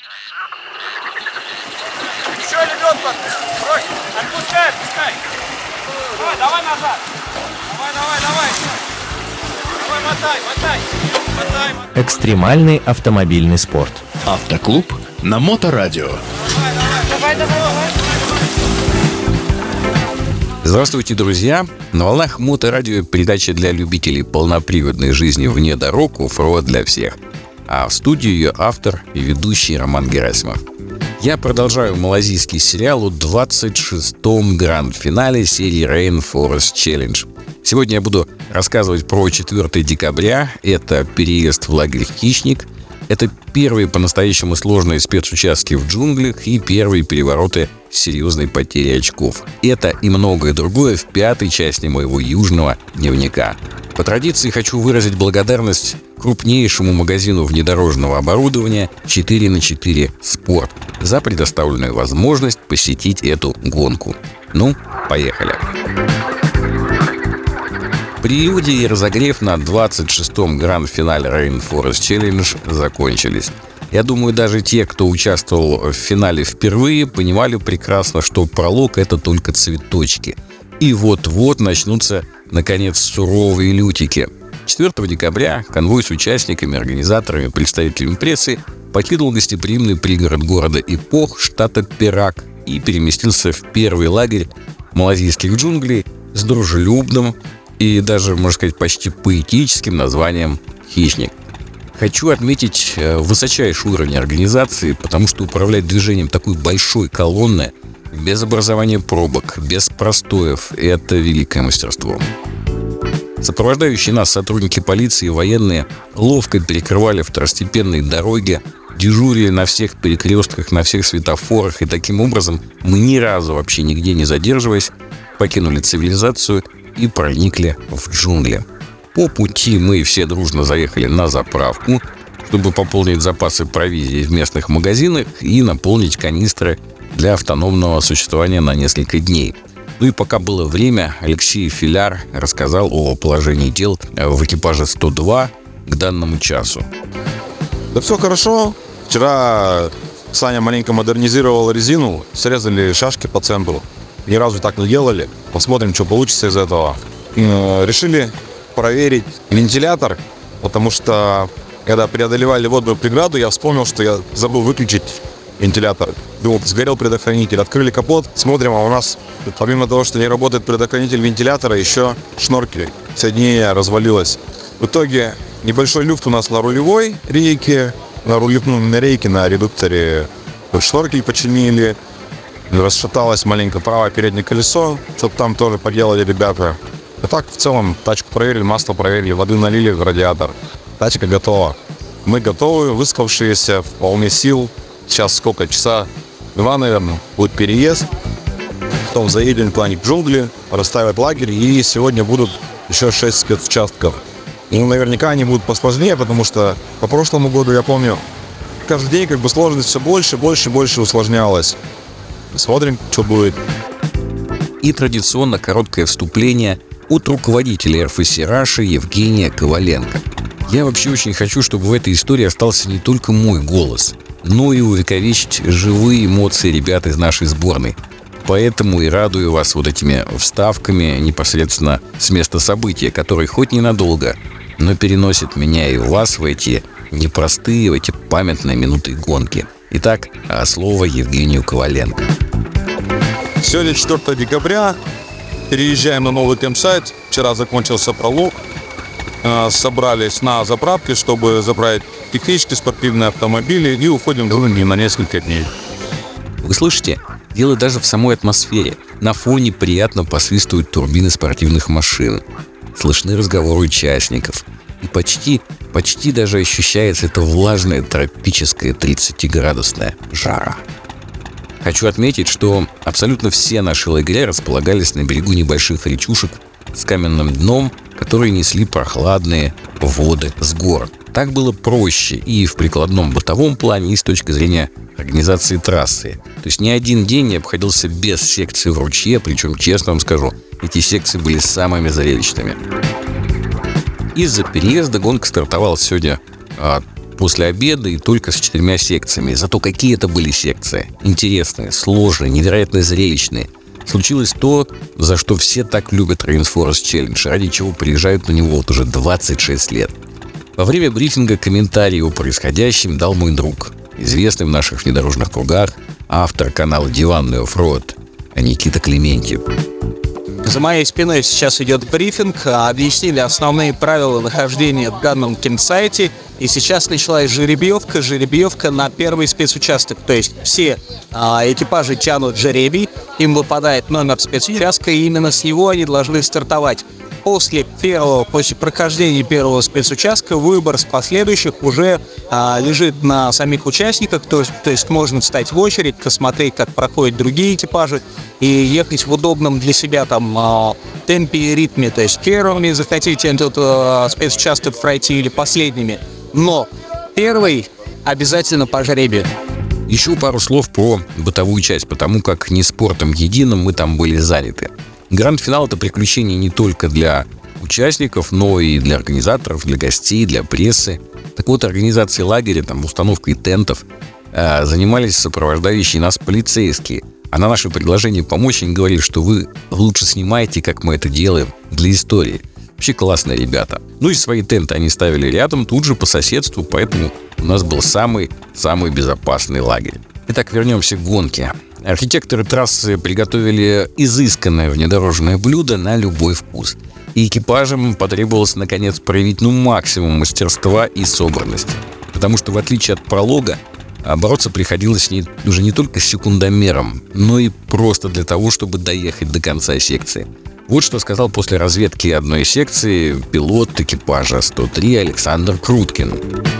Еще лебедку отпускай. Отпускай. Давай назад. Давай, мотай. Экстремальный автомобильный спорт. Автоклуб на Моторадио. Давай. Здравствуйте, друзья! На волнах Моторадио передача для любителей полноприводной жизни вне дорог, оффроуд для всех. А в студии ее автор и ведущий Роман Герасимов. Я продолжаю малазийский сериал о 26-м гранд-финале серии Rainforest Challenge. Сегодня я буду рассказывать про 4 декабря. Это переезд в лагерь «Хищник». Это первые по-настоящему сложные спецучастки в джунглях и первые перевороты с серьезной потерей очков. Это и многое другое в 5-й части моего южного дневника. По традиции хочу выразить благодарность крупнейшему магазину внедорожного оборудования 4х4 Sport за предоставленную возможность посетить эту гонку. Ну, поехали! Прелюдии и разогрев на 26-м гранд-финале Rainforest Challenge закончились. Я думаю, даже те, кто участвовал в финале впервые, понимали прекрасно, что пролог — это только цветочки. И вот-вот начнутся, наконец, суровые лютики. 4 декабря конвой с участниками, организаторами, представителями прессы покинул гостеприимный пригород города Ипох, штата Перак, и переместился в первый лагерь малазийских джунглей с дружелюбным и даже, можно сказать, почти поэтическим названием «Хищник». Хочу отметить высочайший уровень организации, потому что управлять движением такой большой колонны без образования пробок, без простоев – это великое мастерство. Сопровождающие нас сотрудники полиции и военные ловко перекрывали второстепенные дороги, дежурили на всех перекрестках, на всех светофорах, и таким образом мы ни разу вообще нигде не задерживаясь покинули цивилизацию и проникли в джунгли. По пути мы все дружно заехали на заправку, чтобы пополнить запасы провизии в местных магазинах и наполнить канистры для автономного существования на несколько дней. Ну и пока было время, Алексей Филяр рассказал о положении дел в экипаже 102 к данному часу. Да все хорошо. Вчера Саня маленько модернизировал резину, срезали шашки по центру. Ни разу так не делали. Посмотрим, что получится из этого. Решили проверить вентилятор, потому что, когда преодолевали водную преграду, я вспомнил, что я забыл выключить вентилятор. Думал, сгорел предохранитель. Открыли капот, смотрим, а у нас, помимо того, что не работает предохранитель вентилятора, еще шноркель. Соединение развалилось. В итоге небольшой люфт у нас на рулевой рейке, на рейке, на редукторе шноркель починили. Расшаталось маленько правое переднее колесо, что-то там тоже поделали ребята. А так, в целом, тачку проверили, масло проверили, воды налили в радиатор. Тачка готова. Мы готовы, выспавшиеся, в полне сил. Сейчас сколько? Часа 2, наверное, будет переезд. Потом заедем в плане джунгли, расставят лагерь, и сегодня будут еще 6 спецучастков. И наверняка они будут посложнее, потому что по прошлому году, я помню, каждый день сложность все больше усложнялась. Смотрим, что будет. И традиционно короткое вступление от руководителя РФС «Раша» Евгения Коваленко. Я вообще очень хочу, чтобы в этой истории остался не только мой голос, но и увековечить живые эмоции ребят из нашей сборной. Поэтому и радую вас вот этими вставками непосредственно с места события, которые хоть ненадолго, но переносят меня и вас в эти непростые, в эти памятные минуты гонки. Итак, слово Евгению Коваленко. Сегодня 4 декабря. Переезжаем на новый кемпсайт. Вчера закончился пролог. Собрались на заправке, чтобы заправить технические спортивные автомобили, и уходим в джунгли на несколько дней. Вы слышите? Дело даже в самой атмосфере. На фоне приятно посвистывают турбины спортивных машин. Слышны разговоры участников. И почти даже ощущается эта влажная тропическая 30-градусная жара. Хочу отметить, что абсолютно все наши лагеря располагались на берегу небольших речушек с каменным дном, которые несли прохладные воды с гор. Так было проще и в прикладном бытовом плане, и с точки зрения организации трассы. То есть ни один день не обходился без секции в ручье, причем, честно вам скажу, эти секции были самыми зрелищными. Из-за переезда гонка стартовала сегодня после обеда и только с 4 секциями. Зато какие это были секции. Интересные, сложные, невероятно зрелищные. Случилось то, за что все так любят Rainforest Challenge, ради чего приезжают на него вот уже 26 лет. Во время брифинга комментарий о происходящем дал мой друг, известный в наших внедорожных кругах, автор канала «Диванный оффроуд» Никита Клементьев. За моей спиной сейчас идет брифинг, объяснили основные правила нахождения в данном кемпсайте, и сейчас началась жеребьевка на первый спецучасток, то есть все экипажи тянут жеребий, им выпадает номер спецучастка, и именно с него они должны стартовать. После прохождения первого спецучастка выбор с последующих уже лежит на самих участниках, то есть можно встать в очередь, посмотреть, как проходят другие экипажи и ехать в удобном для себя темпе и ритме, то есть первыми захотите этот спецучасток пройти или последними, но первый обязательно по жребию. Еще пару слов про бытовую часть, потому как не спортом единым мы там были заняты. Гранд-финал — это приключение не только для участников, но и для организаторов, для гостей, для прессы. Так вот, организацией лагеря, установкой тентов занимались сопровождающие нас полицейские. А на наше предложение помочь они говорили, что вы лучше снимайте, как мы это делаем, для истории. Вообще классные ребята. Ну и свои тенты они ставили рядом, тут же по соседству, поэтому у нас был самый безопасный лагерь. Итак, вернемся к гонке. Архитекторы трассы приготовили изысканное внедорожное блюдо на любой вкус. И экипажам потребовалось, наконец, проявить максимум мастерства и собранности. Потому что, в отличие от пролога, бороться приходилось уже не только с секундомером, но и просто для того, чтобы доехать до конца секции. Вот что сказал после разведки одной секции пилот экипажа 103 Александр Круткин.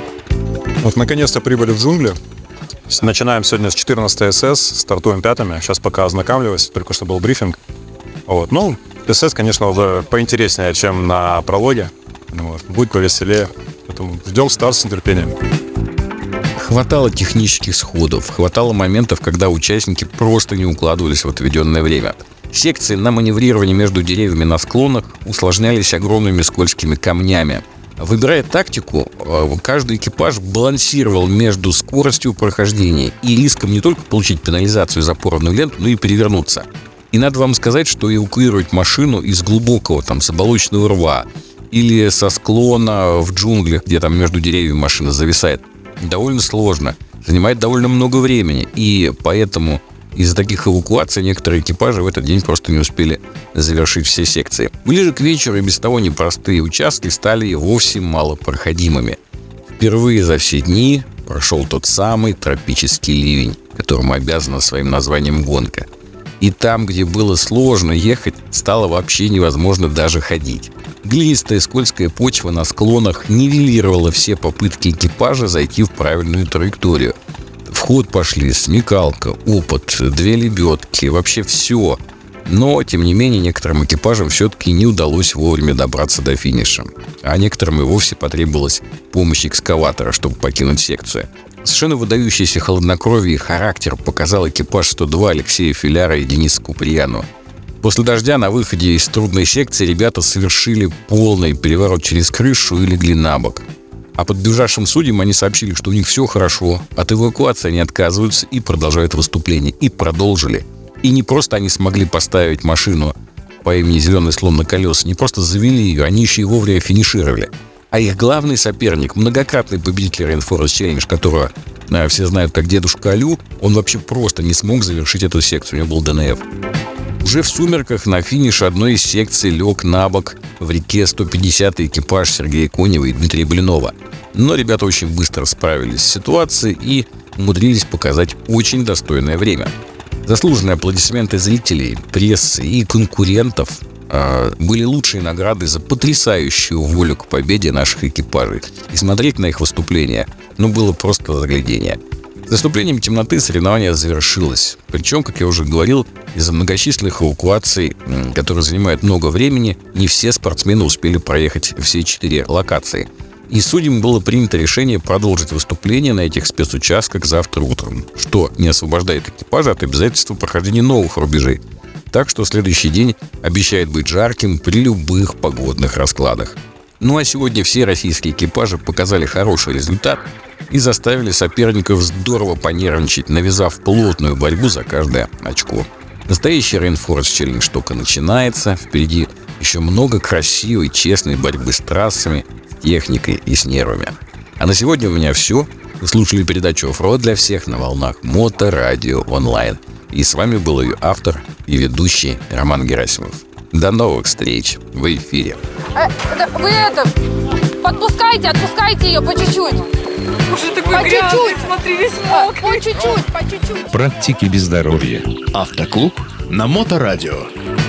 Вот наконец-то прибыли в джунгли. Начинаем сегодня с 14 СС, стартуем 5-ми. Сейчас пока ознакомливаюсь, только что был брифинг. СС, конечно, уже поинтереснее, чем на прологе. Будет повеселее. Поэтому ждем старт с нетерпением. Хватало технических сходов, хватало моментов, когда участники просто не укладывались в отведенное время. Секции на маневрирование между деревьями на склонах усложнялись огромными скользкими камнями. Выбирая тактику, каждый экипаж балансировал между скоростью прохождения и риском не только получить пенализацию за порванную ленту, но и перевернуться. И надо вам сказать, что эвакуировать машину из глубокого заболоченного рва или со склона в джунглях, где между деревьями машина зависает, довольно сложно, занимает довольно много времени, и поэтому из-за таких эвакуаций некоторые экипажи в этот день просто не успели завершить все секции. Ближе к вечеру и без того непростые участки стали и вовсе малопроходимыми. Впервые за все дни прошел тот самый тропический ливень, которому обязана своим названием гонка. И там, где было сложно ехать, стало вообще невозможно даже ходить. Глинистая скользкая почва на склонах нивелировала все попытки экипажа зайти в правильную траекторию. В ход пошли смекалка, опыт, 2 лебедки, вообще все. Но, тем не менее, некоторым экипажам все-таки не удалось вовремя добраться до финиша. А некоторым и вовсе потребовалась помощь экскаватора, чтобы покинуть секцию. Совершенно выдающийся хладнокровие и характер показал экипаж 102 Алексея Филяра и Дениса Куприянова. После дождя на выходе из трудной секции ребята совершили полный переворот через крышу и легли на бок. А подбежавшим судьям они сообщили, что у них все хорошо, от эвакуации они отказываются и продолжают выступление. И продолжили. И не просто они смогли поставить машину по имени «Зеленый слон» на колеса, не просто завели ее, они еще и вовремя финишировали. А их главный соперник, многократный победитель Rainforest Challenge, которого все знают как дедушка Алю, он вообще просто не смог завершить эту секцию, у него был ДНФ. Уже в сумерках на финише одной из секций лег на бок в реке 150-й экипаж Сергея Конева и Дмитрия Блинова. Но ребята очень быстро справились с ситуацией и умудрились показать очень достойное время. Заслуженные аплодисменты зрителей, прессы и конкурентов были лучшие награды за потрясающую волю к победе наших экипажей. И смотреть на их выступления, было просто заглядение. С наступлением темноты соревнование завершилось. Причем, как я уже говорил, из-за многочисленных эвакуаций, которые занимают много времени, не все спортсмены успели проехать все 4 локации. И судьям было принято решение продолжить выступление на этих спецучастках завтра утром, что не освобождает экипажа от обязательства прохождения новых рубежей. Так что следующий день обещает быть жарким при любых погодных раскладах. А сегодня все российские экипажи показали хороший результат, и заставили соперников здорово понервничать, навязав плотную борьбу за каждое очко. Настоящий Rainforest Challenge только начинается, впереди еще много красивой, честной борьбы с трассами, с техникой и с нервами. А на сегодня у меня все. Вы слушали передачу «Оффроуд для всех» на волнах Моторадио Онлайн. И с вами был ее автор и ведущий Роман Герасимов. До новых встреч в эфире. Вы отпускайте ее по чуть-чуть. Уже такой грязный, смотри, весь мокрый. По чуть-чуть. Практики без здоровья. Автоклуб на Моторадио.